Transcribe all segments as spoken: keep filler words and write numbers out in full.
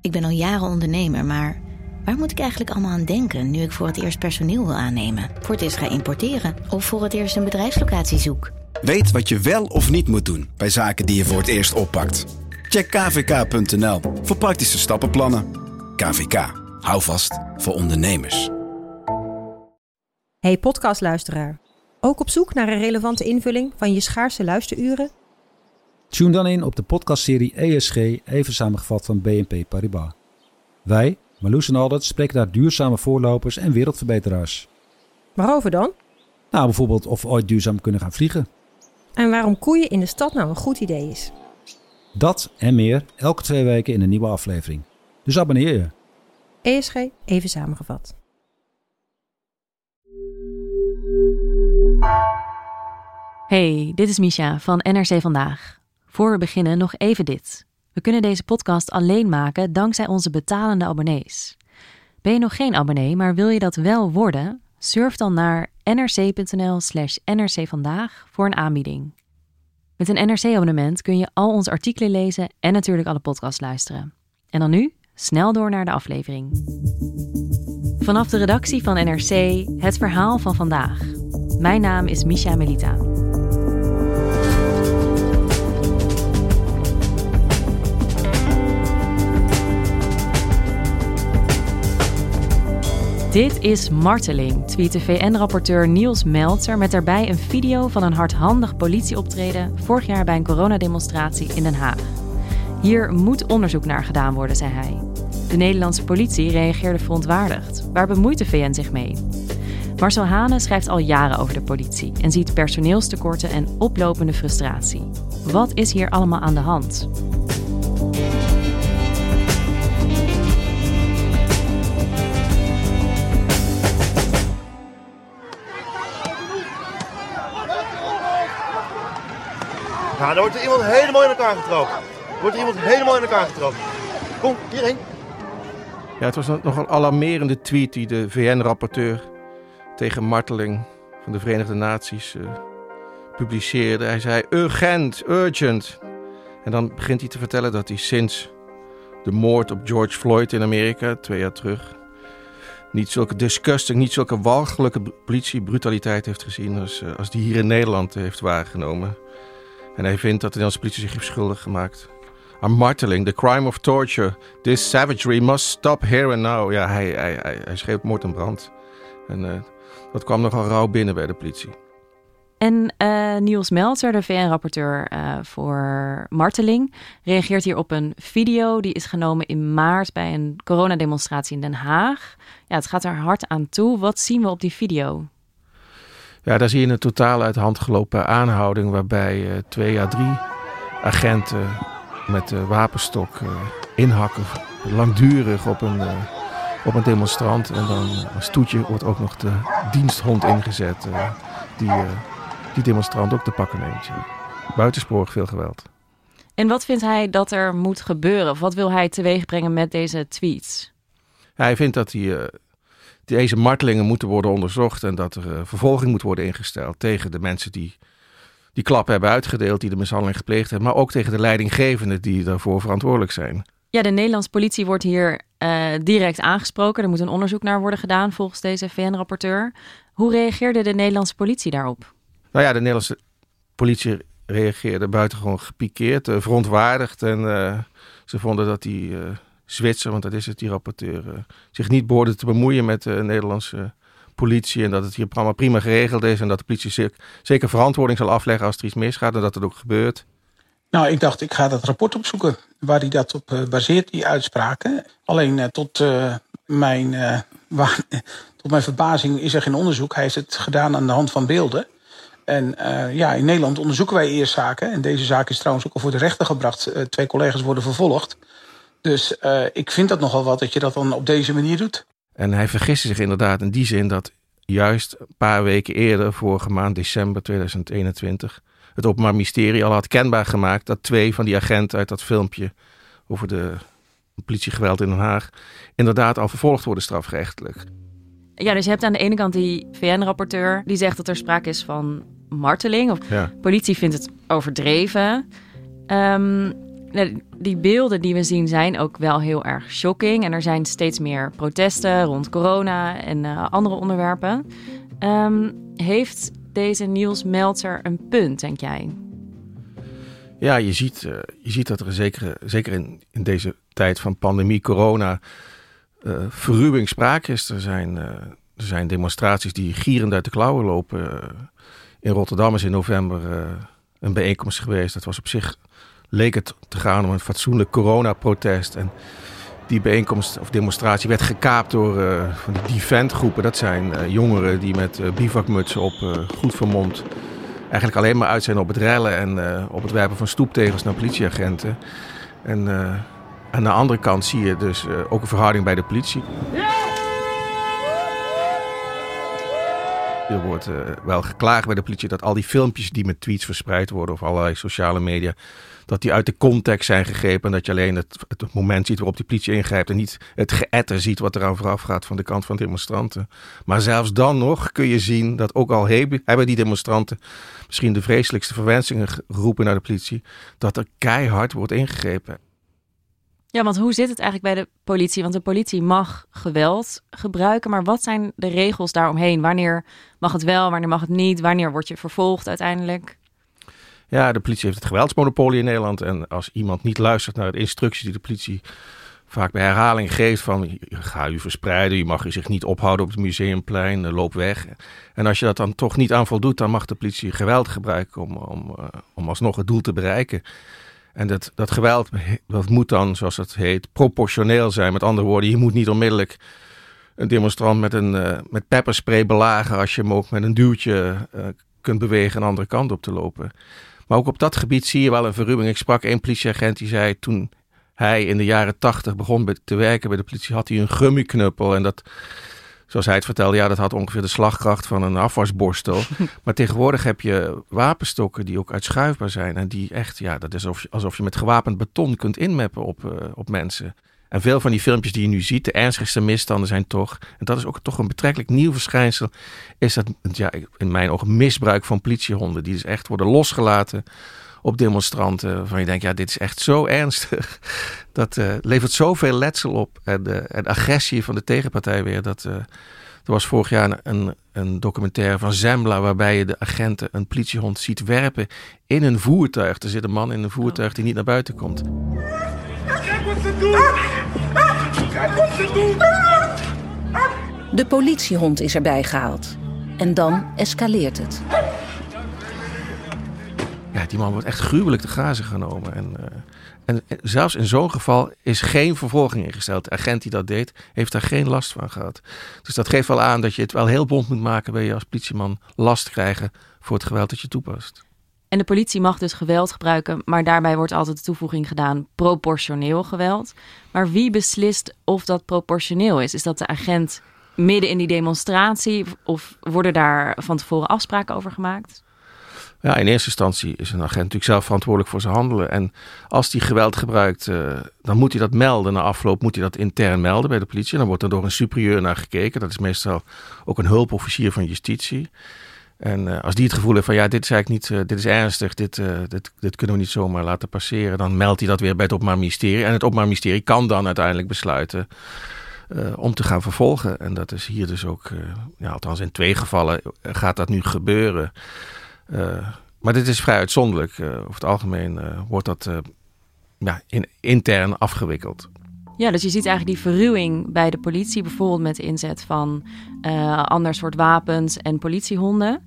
Ik ben al jaren ondernemer, maar waar moet ik eigenlijk allemaal aan denken nu ik voor het eerst personeel wil aannemen, voor het eerst ga importeren of voor het eerst een bedrijfslocatie zoek? Weet wat je wel of niet moet doen bij zaken die je voor het eerst oppakt. Check k v k punt n l voor praktische stappenplannen. K V K, hou vast voor ondernemers. Hey podcastluisteraar, ook op zoek naar een relevante invulling van je schaarse luisteruren? Tune dan in op de podcastserie E S G, even samengevat van B N P Paribas. Wij, Marloes en Aldert, spreken daar duurzame voorlopers en wereldverbeteraars. Waarover dan? Nou, bijvoorbeeld of we ooit duurzaam kunnen gaan vliegen. En waarom koeien in de stad nou een goed idee is. Dat en meer elke twee weken in een nieuwe aflevering. Dus abonneer je. E S G, even samengevat. Hey, dit is Misha van N R C Vandaag. Voor we beginnen nog even dit. We kunnen deze podcast alleen maken dankzij onze betalende abonnees. Ben je nog geen abonnee, maar wil je dat wel worden? Surf dan naar nrc.nl slash nrcvandaag voor een aanbieding. Met een N R C-abonnement kun je al onze artikelen lezen en natuurlijk alle podcasts luisteren. En dan nu, snel door naar de aflevering. Vanaf de redactie van N R C, het verhaal van vandaag. Mijn naam is Misha Melita. Dit is marteling, tweette V N-rapporteur Niels Melzer met daarbij een video van een hardhandig politieoptreden vorig jaar bij een coronademonstratie in Den Haag. Hier moet onderzoek naar gedaan worden, zei hij. De Nederlandse politie reageerde verontwaardigd. Waar bemoeit de V N zich mee? Marcel Hane schrijft al jaren over de politie en ziet personeelstekorten en oplopende frustratie. Wat is hier allemaal aan de hand? Ja, dan wordt er iemand helemaal in elkaar getrapt. Er wordt er iemand helemaal in elkaar getrapt. Kom, hierheen. Ja, het was een nogal alarmerende tweet die de V N-rapporteur tegen marteling van de Verenigde Naties uh, publiceerde. Hij zei urgent, urgent. En dan begint hij te vertellen dat hij sinds de moord op George Floyd in Amerika, twee jaar terug, niet zulke disgusting, niet zulke walgelijke politiebrutaliteit heeft gezien als, uh, als die hier in Nederland heeft waargenomen. En hij vindt dat de Nederlandse politie zich heeft schuldig gemaakt aan marteling, the crime of torture. This savagery must stop here and now. Ja, hij, hij, hij, hij schreeuwt moord en brand. En uh, dat kwam nogal rauw binnen bij de politie. En uh, Niels Melzer, de V N-rapporteur uh, voor marteling, reageert hier op een video die is genomen in maart bij een coronademonstratie in Den Haag. Ja, het gaat er hard aan toe. Wat zien we op die video? Ja, daar zie je een totaal uit de hand gelopen aanhouding waarbij uh, twee à drie agenten met de uh, wapenstok uh, inhakken, langdurig op een, uh, op een demonstrant. En dan uh, als toetje wordt ook nog de diensthond ingezet uh, die uh, die demonstrant ook te pakken neemt. Ja. Buitensporig veel geweld. En wat vindt hij dat er moet gebeuren? Of wat wil hij teweeg brengen met deze tweets? Ja, hij vindt dat die, uh, deze martelingen moeten worden onderzocht en dat er uh, vervolging moet worden ingesteld tegen de mensen die die klap hebben uitgedeeld, die de mishandeling gepleegd hebben, maar ook tegen de leidinggevenden die daarvoor verantwoordelijk zijn. Ja, de Nederlandse politie wordt hier uh, direct aangesproken. Er moet een onderzoek naar worden gedaan volgens deze V N-rapporteur. Hoe reageerde de Nederlandse politie daarop? Nou ja, de Nederlandse politie reageerde buitengewoon gepikeerd, uh, verontwaardigd. En uh, ze vonden dat die uh, Zwitser, want dat is het, die rapporteur, uh, zich niet behoorde te bemoeien met de Nederlandse politie. En dat het hier allemaal prima geregeld is en dat de politie zeker, zeker verantwoording zal afleggen als er iets misgaat en dat het ook gebeurt. Nou, ik dacht, ik ga dat rapport opzoeken waar hij dat op uh, baseert, die uitspraken. Alleen uh, tot, uh, mijn, uh, waar, tot mijn verbazing is er geen onderzoek. Hij heeft het gedaan aan de hand van beelden. En uh, ja, in Nederland onderzoeken wij eerst zaken. En deze zaak is trouwens ook al voor de rechter gebracht. Uh, twee collega's worden vervolgd. Dus uh, ik vind dat nogal wat dat je dat dan op deze manier doet. En hij vergiste zich inderdaad in die zin dat juist een paar weken eerder, vorige maand december tweeduizend eenentwintig... het Openbaar Ministerie al had kenbaar gemaakt dat twee van die agenten uit dat filmpje over de politiegeweld in Den Haag inderdaad al vervolgd worden strafrechtelijk. Ja, dus je hebt aan de ene kant die V N-rapporteur die zegt dat er sprake is van marteling. Of ja. Politie vindt het overdreven. Um, die beelden die we zien zijn ook wel heel erg shocking. En er zijn steeds meer protesten rond corona en uh, andere onderwerpen. Um, heeft deze Niels Meltzer een punt, denk jij? Ja, je ziet, uh, je ziet dat er zeker, zeker in, in deze tijd van pandemie, corona, uh, verruwing sprake is. Er zijn, uh, er zijn demonstraties die gierend uit de klauwen lopen. Uh, in Rotterdam is in november uh, een bijeenkomst geweest. Dat was op zich, leek het te gaan om een fatsoenlijk coronaprotest. En die bijeenkomst of demonstratie werd gekaapt door uh, van die Defend-groepen. Dat zijn uh, jongeren die met uh, bivakmutsen op, uh, goed vermomd, eigenlijk alleen maar uit zijn op het rellen en uh, op het werpen van stoeptegels naar politieagenten. En uh, aan de andere kant zie je dus uh, ook een verhouding bij de politie. Er wordt uh, wel geklaagd bij de politie dat al die filmpjes die met tweets verspreid worden of allerlei sociale media, dat die uit de context zijn gegrepen en dat je alleen het, het moment ziet waarop die politie ingrijpt en niet het geëtter ziet wat eraan vooraf gaat van de kant van demonstranten. Maar zelfs dan nog kun je zien dat ook al hebben die demonstranten misschien de vreselijkste verwensingen geroepen naar de politie, dat er keihard wordt ingegrepen. Ja, want hoe zit het eigenlijk bij de politie? Want de politie mag geweld gebruiken, maar wat zijn de regels daaromheen? Wanneer mag het wel, wanneer mag het niet? Wanneer word je vervolgd uiteindelijk? Ja, de politie heeft het geweldsmonopolie in Nederland. En als iemand niet luistert naar de instructies die de politie vaak bij herhaling geeft van ga u verspreiden, je mag je zich niet ophouden op het museumplein, loop weg. En als je dat dan toch niet aan voldoet, dan mag de politie geweld gebruiken om, om, om alsnog het doel te bereiken. En dat, dat geweld dat moet dan, zoals het heet, proportioneel zijn. Met andere woorden, je moet niet onmiddellijk een demonstrant met een uh, met pepperspray belagen als je hem ook met een duwtje uh, kunt bewegen een andere kant op te lopen. Maar ook op dat gebied zie je wel een verruwing. Ik sprak een politieagent die zei toen hij in de jaren tachtig begon te werken bij de politie, had hij een gummiknuppel. En dat, zoals hij het vertelde, ja, dat had ongeveer de slagkracht van een afwasborstel. Maar tegenwoordig heb je wapenstokken die ook uitschuifbaar zijn. En die echt, ja, dat is alsof je, alsof je met gewapend beton kunt inmappen op, uh, op mensen. En veel van die filmpjes die je nu ziet, de ernstigste misstanden zijn toch, en dat is ook toch een betrekkelijk nieuw verschijnsel, is dat, ja, in mijn ogen misbruik van politiehonden. Die dus echt worden losgelaten op demonstranten. Waarvan je denkt, ja, dit is echt zo ernstig. Dat uh, levert zoveel letsel op. En de en agressie van de tegenpartij weer. Dat, uh, er was vorig jaar een, een, een documentaire van Zembla, waarbij je de agenten een politiehond ziet werpen in een voertuig. Er zit een man in een voertuig die niet naar buiten komt. Kijk wat ze doen! Kijk wat ze doen! De politiehond is erbij gehaald. En dan escaleert het. Ja, die man wordt echt gruwelijk te grazen genomen. En, uh, en, en zelfs in zo'n geval is geen vervolging ingesteld. De agent die dat deed, heeft daar geen last van gehad. Dus dat geeft wel aan dat je het wel heel bond moet maken, wil je als politieman last krijgen voor het geweld dat je toepast. En de politie mag dus geweld gebruiken, maar daarbij wordt altijd de toevoeging gedaan proportioneel geweld. Maar wie beslist of dat proportioneel is? Is dat de agent midden in die demonstratie of worden daar van tevoren afspraken over gemaakt? Ja, in eerste instantie is een agent natuurlijk zelf verantwoordelijk voor zijn handelen. En als hij geweld gebruikt, uh, dan moet hij dat melden. Na afloop moet hij dat intern melden bij de politie. En dan wordt er door een superieur naar gekeken. Dat is meestal ook een hulpofficier van justitie. En uh, als die het gevoel heeft van ja, dit is eigenlijk niet, uh, dit is ernstig, dit, uh, dit, dit kunnen we niet zomaar laten passeren, dan meldt hij dat weer bij het Openbaar Ministerie. En het Openbaar Ministerie kan dan uiteindelijk besluiten uh, om te gaan vervolgen. En dat is hier dus ook, uh, ja, althans in twee gevallen gaat dat nu gebeuren. Uh, maar dit is vrij uitzonderlijk. Uh, over het algemeen uh, wordt dat uh, ja, in, intern afgewikkeld. Ja, dus je ziet eigenlijk die verruwing bij de politie, bijvoorbeeld met de inzet van uh, ander soort wapens en politiehonden.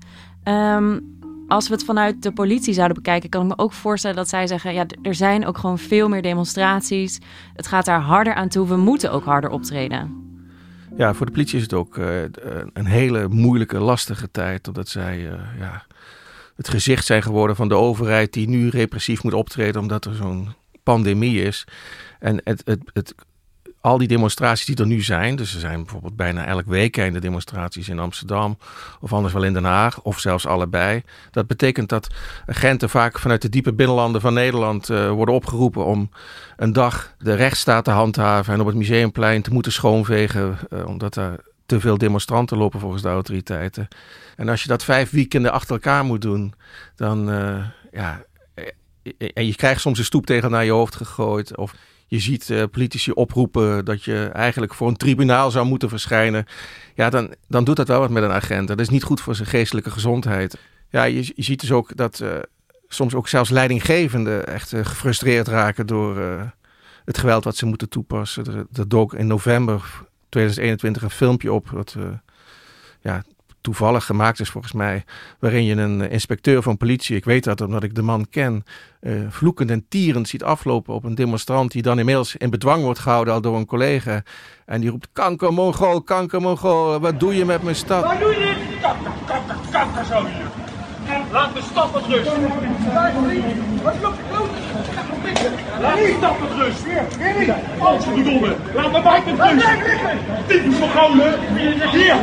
Um, als we het vanuit de politie zouden bekijken, kan ik me ook voorstellen dat zij zeggen, ja, er zijn ook gewoon veel meer demonstraties. Het gaat daar harder aan toe, we moeten ook harder optreden. Ja, voor de politie is het ook uh, een hele moeilijke, lastige tijd, omdat zij uh, ja, het gezicht zijn geworden van de overheid die nu repressief moet optreden omdat er zo'n pandemie is. En het, het, het, al die demonstraties die er nu zijn, dus er zijn bijvoorbeeld bijna elk weekend de demonstraties in Amsterdam of anders wel in Den Haag of zelfs allebei. Dat betekent dat agenten vaak vanuit de diepe binnenlanden van Nederland uh, worden opgeroepen om een dag de rechtsstaat te handhaven en op het Museumplein te moeten schoonvegen, uh, omdat daar te veel demonstranten lopen volgens de autoriteiten. En als je dat vijf weekenden achter elkaar moet doen, dan uh, ja... en je krijgt soms een stoep tegen naar je hoofd gegooid. Of je ziet uh, politici oproepen dat je eigenlijk voor een tribunaal zou moeten verschijnen. Ja, dan, dan doet dat wel wat met een agent. Dat is niet goed voor zijn geestelijke gezondheid. Ja, je, je ziet dus ook dat uh, soms ook zelfs leidinggevenden echt uh, gefrustreerd raken door uh, het geweld wat ze moeten toepassen. Er, er dook in november tweeduizend eenentwintig een filmpje op wat uh, ja, toevallig gemaakt is volgens mij, waarin je een inspecteur van politie, ik weet dat omdat ik de man ken, uh, vloekend en tierend ziet aflopen op een demonstrant die dan inmiddels in bedwang wordt gehouden al door een collega. En die roept, kanker Mongool, kanker Mongool, wat doe je met mijn stad? Wat doe je dit? Kanker, kanker, kanker zo hier. Laat de stad met rust. Wat loopt je kloot? Laat de stad met rust. Als je domme. Laat de wijk met rust. Dit is Mongolen. Hier.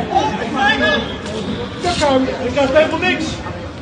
Ik krijg helemaal niks.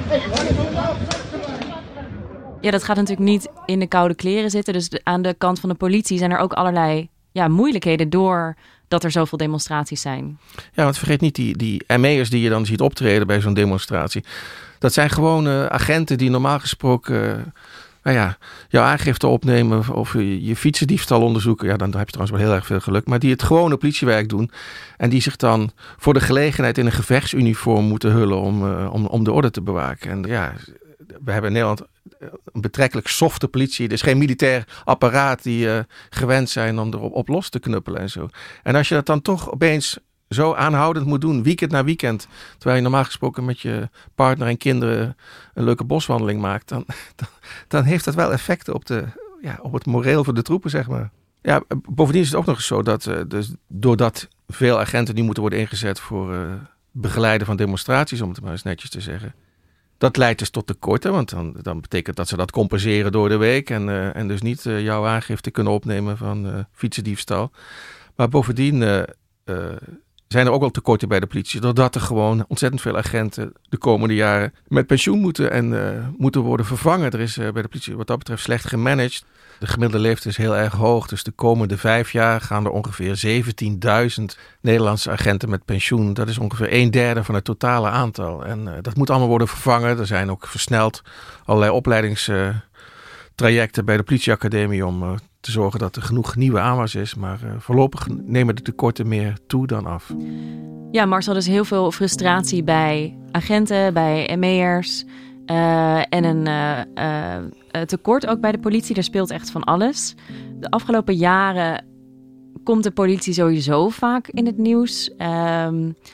Ja, dat gaat natuurlijk niet in de koude kleren zitten. Dus de, aan de kant van de politie zijn er ook allerlei ja, moeilijkheden door dat er zoveel demonstraties zijn. Ja, want vergeet niet die, die M E'ers die je dan ziet optreden bij zo'n demonstratie. Dat zijn gewoon uh, agenten die normaal gesproken uh, nou ja, jouw aangifte opnemen of je, je fietsendiefstal onderzoeken. Ja, dan heb je trouwens wel heel erg veel geluk. Maar die het gewone politiewerk doen en die zich dan voor de gelegenheid in een gevechtsuniform moeten hullen om, uh, om, om de orde te bewaken. En ja, we hebben in Nederland een betrekkelijk softe politie. Er is geen militair apparaat die uh, gewend zijn om erop op los te knuppelen en zo. En als je dat dan toch opeens zo aanhoudend moet doen, weekend na weekend, terwijl je normaal gesproken met je partner en kinderen een leuke boswandeling maakt, dan, dan, dan heeft dat wel effecten op, de, ja, op het moreel van de troepen, zeg maar. Ja, bovendien is het ook nog eens zo dat, uh, dus doordat veel agenten nu moeten worden ingezet voor uh, begeleiden van demonstraties, om het maar eens netjes te zeggen, dat leidt dus tot tekorten, want dan, dan betekent dat ze dat compenseren door de week en, uh, en dus niet uh, jouw aangifte kunnen opnemen van uh, fietsendiefstal. Maar bovendien uh, uh, zijn er ook wel tekorten bij de politie, doordat er gewoon ontzettend veel agenten de komende jaren met pensioen moeten en uh, moeten worden vervangen. Er is uh, bij de politie wat dat betreft slecht gemanaged. De gemiddelde leeftijd is heel erg hoog, dus de komende vijf jaar gaan er ongeveer zeventienduizend Nederlandse agenten met pensioen. Dat is ongeveer een derde van het totale aantal. En uh, dat moet allemaal worden vervangen. Er zijn ook versneld allerlei opleidingstrajecten bij de politieacademie om uh, te zorgen dat er genoeg nieuwe aanwas is. Maar uh, voorlopig nemen de tekorten meer toe dan af. Ja, Marcel, dus heel veel frustratie bij agenten, bij M E'ers. Uh, en een uh, uh, tekort ook bij de politie. Er speelt echt van alles. De afgelopen jaren komt de politie sowieso vaak in het nieuws. Uh,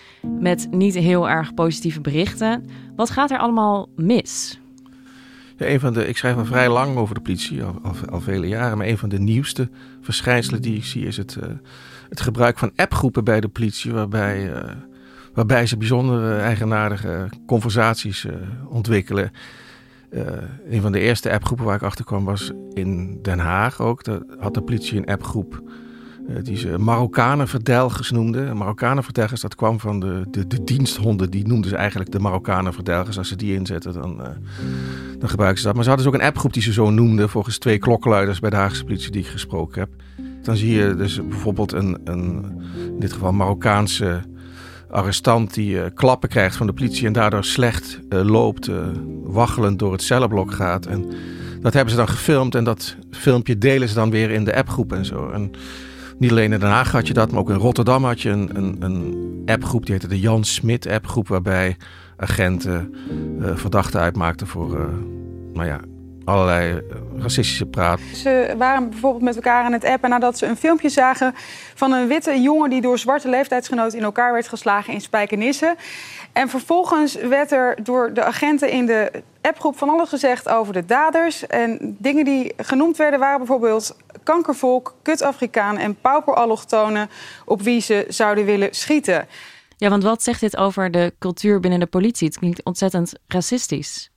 met niet heel erg positieve berichten. Wat gaat er allemaal mis? Ja, een van de, ik schrijf al vrij lang over de politie, al, al, al vele jaren. Maar een van de nieuwste verschijnselen die ik zie is het, uh, het gebruik van appgroepen bij de politie. Waarbij... Uh, Waarbij ze bijzondere eigenaardige conversaties uh, ontwikkelen. Uh, een van de eerste appgroepen waar ik achter kwam was in Den Haag ook. Daar had de politie een appgroep uh, die ze Marokkanenverdelgers noemden. Marokkanenverdelgers, dat kwam van de, de, de diensthonden. Die noemden ze eigenlijk de Marokkanenverdelgers. Als ze die inzetten, dan, uh, dan gebruiken ze dat. Maar ze hadden dus ook een appgroep die ze zo noemden, volgens twee klokkenluiders bij de Haagse politie die ik gesproken heb. Dan zie je dus bijvoorbeeld een, een in dit geval Marokkaanse arrestant die uh, klappen krijgt van de politie en daardoor slecht uh, loopt, uh, waggelend door het cellenblok gaat. En dat hebben ze dan gefilmd en dat filmpje delen ze dan weer in de appgroep en zo. En niet alleen in Den Haag had je dat, maar ook in Rotterdam had je een, een, een appgroep, die heette de Jan Smit appgroep, waarbij agenten uh, verdachten uitmaakten voor, uh, nou ja, allerlei racistische praat. Ze waren bijvoorbeeld met elkaar aan het appen nadat ze een filmpje zagen van een witte jongen die door zwarte leeftijdsgenoten in elkaar werd geslagen in Spijkenisse. En vervolgens werd er door de agenten in de appgroep van alles gezegd over de daders. En dingen die genoemd werden waren bijvoorbeeld kankervolk, kut-Afrikaan en pauper-allochtonen op wie ze zouden willen schieten. Ja, want wat zegt dit over de cultuur binnen de politie? Het klinkt ontzettend racistisch.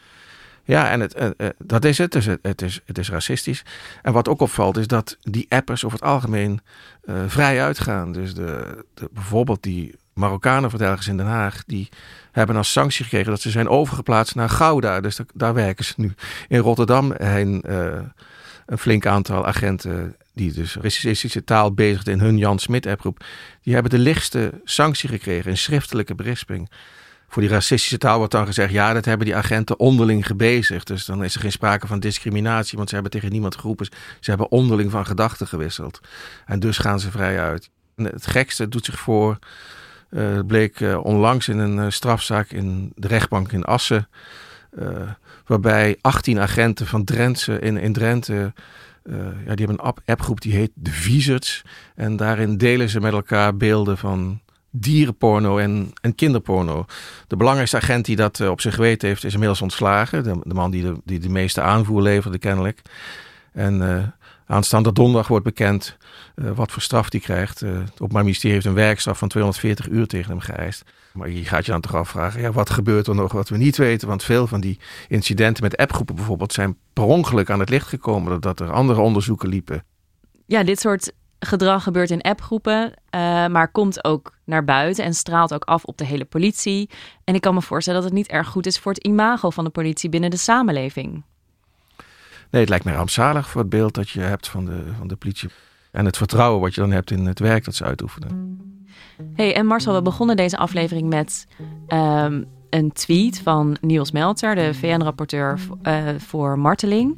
Ja, en het, uh, uh, dat is het. Dus het, het, is, het is racistisch. En wat ook opvalt is dat die appers over het algemeen uh, vrij uitgaan. Dus de, de, bijvoorbeeld die Marokkanenverdelgers in Den Haag, die hebben als sanctie gekregen dat ze zijn overgeplaatst naar Gouda. Dus da, daar werken ze nu. In Rotterdam heen uh, een flink aantal agenten die dus racistische taal bezigden in hun Jan Smit appgroep. Die hebben de lichtste sanctie gekregen, een schriftelijke berisping. voor die racistische taal wordt dan gezegd, ja, dat hebben die agenten onderling gebezigd. Dus dan is er geen sprake van discriminatie, want ze hebben tegen niemand geroepen. Ze hebben onderling van gedachten gewisseld. En dus gaan ze vrij uit. En het gekste doet zich voor, uh, het bleek uh, onlangs in een uh, strafzaak in de rechtbank in Assen, uh, waarbij achttien agenten van Drenthe in, in Drenthe, uh, ja, die hebben een app, appgroep die heet de Wizards. En daarin delen ze met elkaar beelden van dierenporno en, en kinderporno. De belangrijkste agent die dat uh, op zich geweten heeft, is inmiddels ontslagen. De, de man die de, die de meeste aanvoer leverde, kennelijk. En uh, aanstaande donderdag wordt bekend uh, wat voor straf die krijgt. Uh, het Openbaar Ministerie heeft een werkstraf van tweehonderdveertig uur tegen hem geëist. Maar je gaat je dan toch afvragen, ja, wat gebeurt er nog wat we niet weten? Want veel van die incidenten met appgroepen bijvoorbeeld zijn per ongeluk aan het licht gekomen, doordat er andere onderzoeken liepen. Ja, dit soort gedrag gebeurt in appgroepen, uh, maar komt ook naar buiten en straalt ook af op de hele politie. En ik kan me voorstellen dat het niet erg goed is voor het imago van de politie binnen de samenleving. Nee, het lijkt mij rampzalig voor het beeld dat je hebt van de, van de politie. En het vertrouwen wat je dan hebt in het werk dat ze uitoefenen. Hey, en Marcel, we begonnen deze aflevering met um, een tweet van Niels Melzer, de V N-rapporteur uh, voor marteling.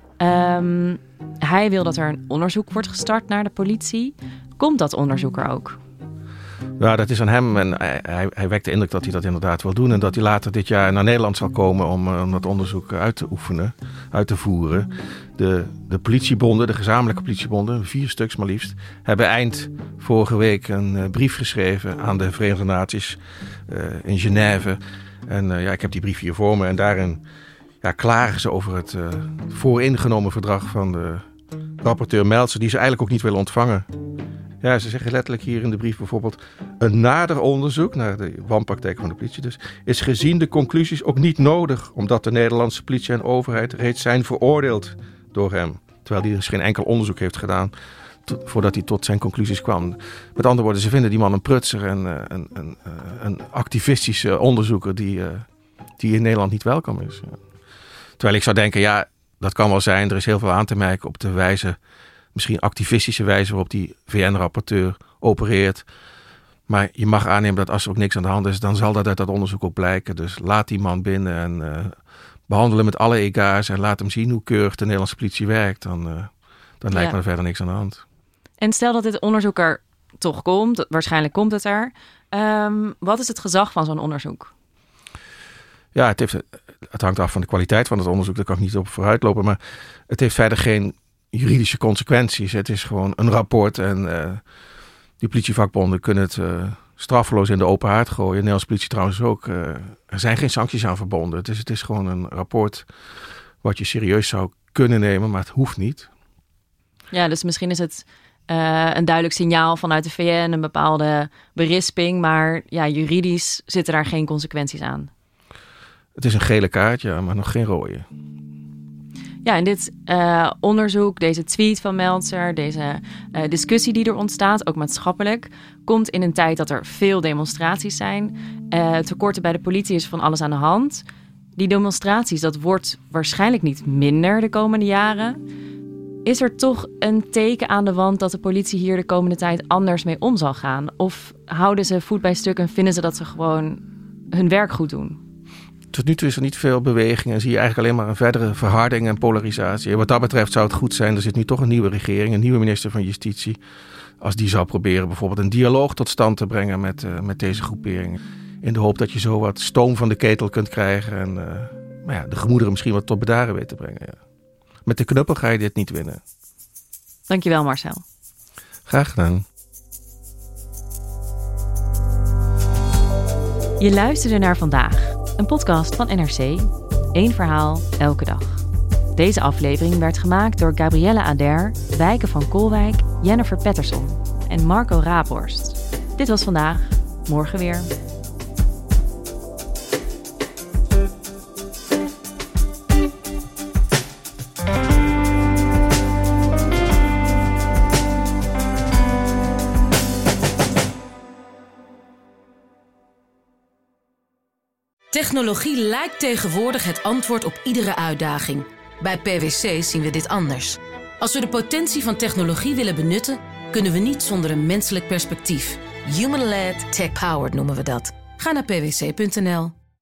Um, hij wil dat er een onderzoek wordt gestart naar de politie. Komt dat onderzoek er ook? Ja, dat is aan hem. En hij, hij, hij wekt de indruk dat hij dat inderdaad wil doen. En dat hij later dit jaar naar Nederland zal komen om, om dat onderzoek uit te oefenen, uit te voeren. De, de politiebonden, de gezamenlijke politiebonden, vier stuks maar liefst, hebben eind vorige week een uh, brief geschreven aan de Verenigde Naties uh, in Genève. En uh, ja, ik heb die brief hier voor me. En daarin ja, klagen ze over het uh, vooringenomen verdrag van de rapporteur Melzer, die ze eigenlijk ook niet willen ontvangen. Ja, ze zeggen letterlijk hier in de brief bijvoorbeeld, een nader onderzoek naar de wanpraktijk van de politie dus, is gezien de conclusies ook niet nodig, omdat de Nederlandse politie en overheid reeds zijn veroordeeld door hem. Terwijl hij dus geen enkel onderzoek heeft gedaan to, voordat hij tot zijn conclusies kwam. Met andere woorden, ze vinden die man een prutser en uh, een, een, uh, een activistische onderzoeker die, uh, die in Nederland niet welkom is. Ja. Terwijl ik zou denken, ja, dat kan wel zijn, er is heel veel aan te merken op de wijze, misschien activistische wijze waarop die V N-rapporteur opereert. Maar je mag aannemen dat als er ook niks aan de hand is, dan zal dat uit dat onderzoek ook blijken. Dus laat die man binnen en uh, behandel hem met alle egaars en laat hem zien hoe keurig de Nederlandse politie werkt. Dan, uh, dan lijkt ja. me er verder niks aan de hand. En stel dat dit onderzoek er toch komt, waarschijnlijk komt het er. Um, wat is het gezag van zo'n onderzoek? Ja, het, heeft, het hangt af van de kwaliteit van het onderzoek. Daar kan ik niet op vooruitlopen. Maar het heeft verder geen juridische consequenties. Het is gewoon een rapport en uh, die politievakbonden kunnen het uh, straffeloos in de open haard gooien. De Nederlandse politie trouwens ook. Uh, er zijn geen sancties aan verbonden. Het is, het is gewoon een rapport wat je serieus zou kunnen nemen, maar het hoeft niet. Ja, dus misschien is het uh, een duidelijk signaal vanuit de V N, een bepaalde berisping, maar ja, juridisch zitten daar geen consequenties aan. Het is een gele kaart, ja, maar nog geen rode. Ja, en dit uh, onderzoek, deze tweet van Melzer, deze uh, discussie die er ontstaat, ook maatschappelijk, komt in een tijd dat er veel demonstraties zijn. Uh, tekorten bij de politie is van alles aan de hand. Die demonstraties, dat wordt waarschijnlijk niet minder de komende jaren. Is er toch een teken aan de wand dat de politie hier de komende tijd anders mee om zal gaan? Of houden ze voet bij stuk en vinden ze dat ze gewoon hun werk goed doen? Tot nu toe is er niet veel beweging en zie je eigenlijk alleen maar een verdere verharding en polarisatie. En wat dat betreft zou het goed zijn, er zit nu toch een nieuwe regering, een nieuwe minister van Justitie. Als die zou proberen bijvoorbeeld een dialoog tot stand te brengen met, uh, met deze groeperingen. In de hoop dat je zo wat stoom van de ketel kunt krijgen en uh, maar ja, de gemoederen misschien wat tot bedaren weet te brengen. Ja. Met de knuppel ga je dit niet winnen. Dankjewel, Marcel. Graag gedaan. Je luisterde naar Vandaag, een podcast van N R C. Eén verhaal, elke dag. Deze aflevering werd gemaakt door Gabrielle Ader, Wijken van Kolwijk, Jennifer Patterson en Marco Raaphorst. Dit was Vandaag, morgen weer. Technologie lijkt tegenwoordig het antwoord op iedere uitdaging. Bij P W C zien we dit anders. Als we de potentie van technologie willen benutten, kunnen we niet zonder een menselijk perspectief. Human-led, tech-powered noemen we dat. Ga naar p w c punt n l.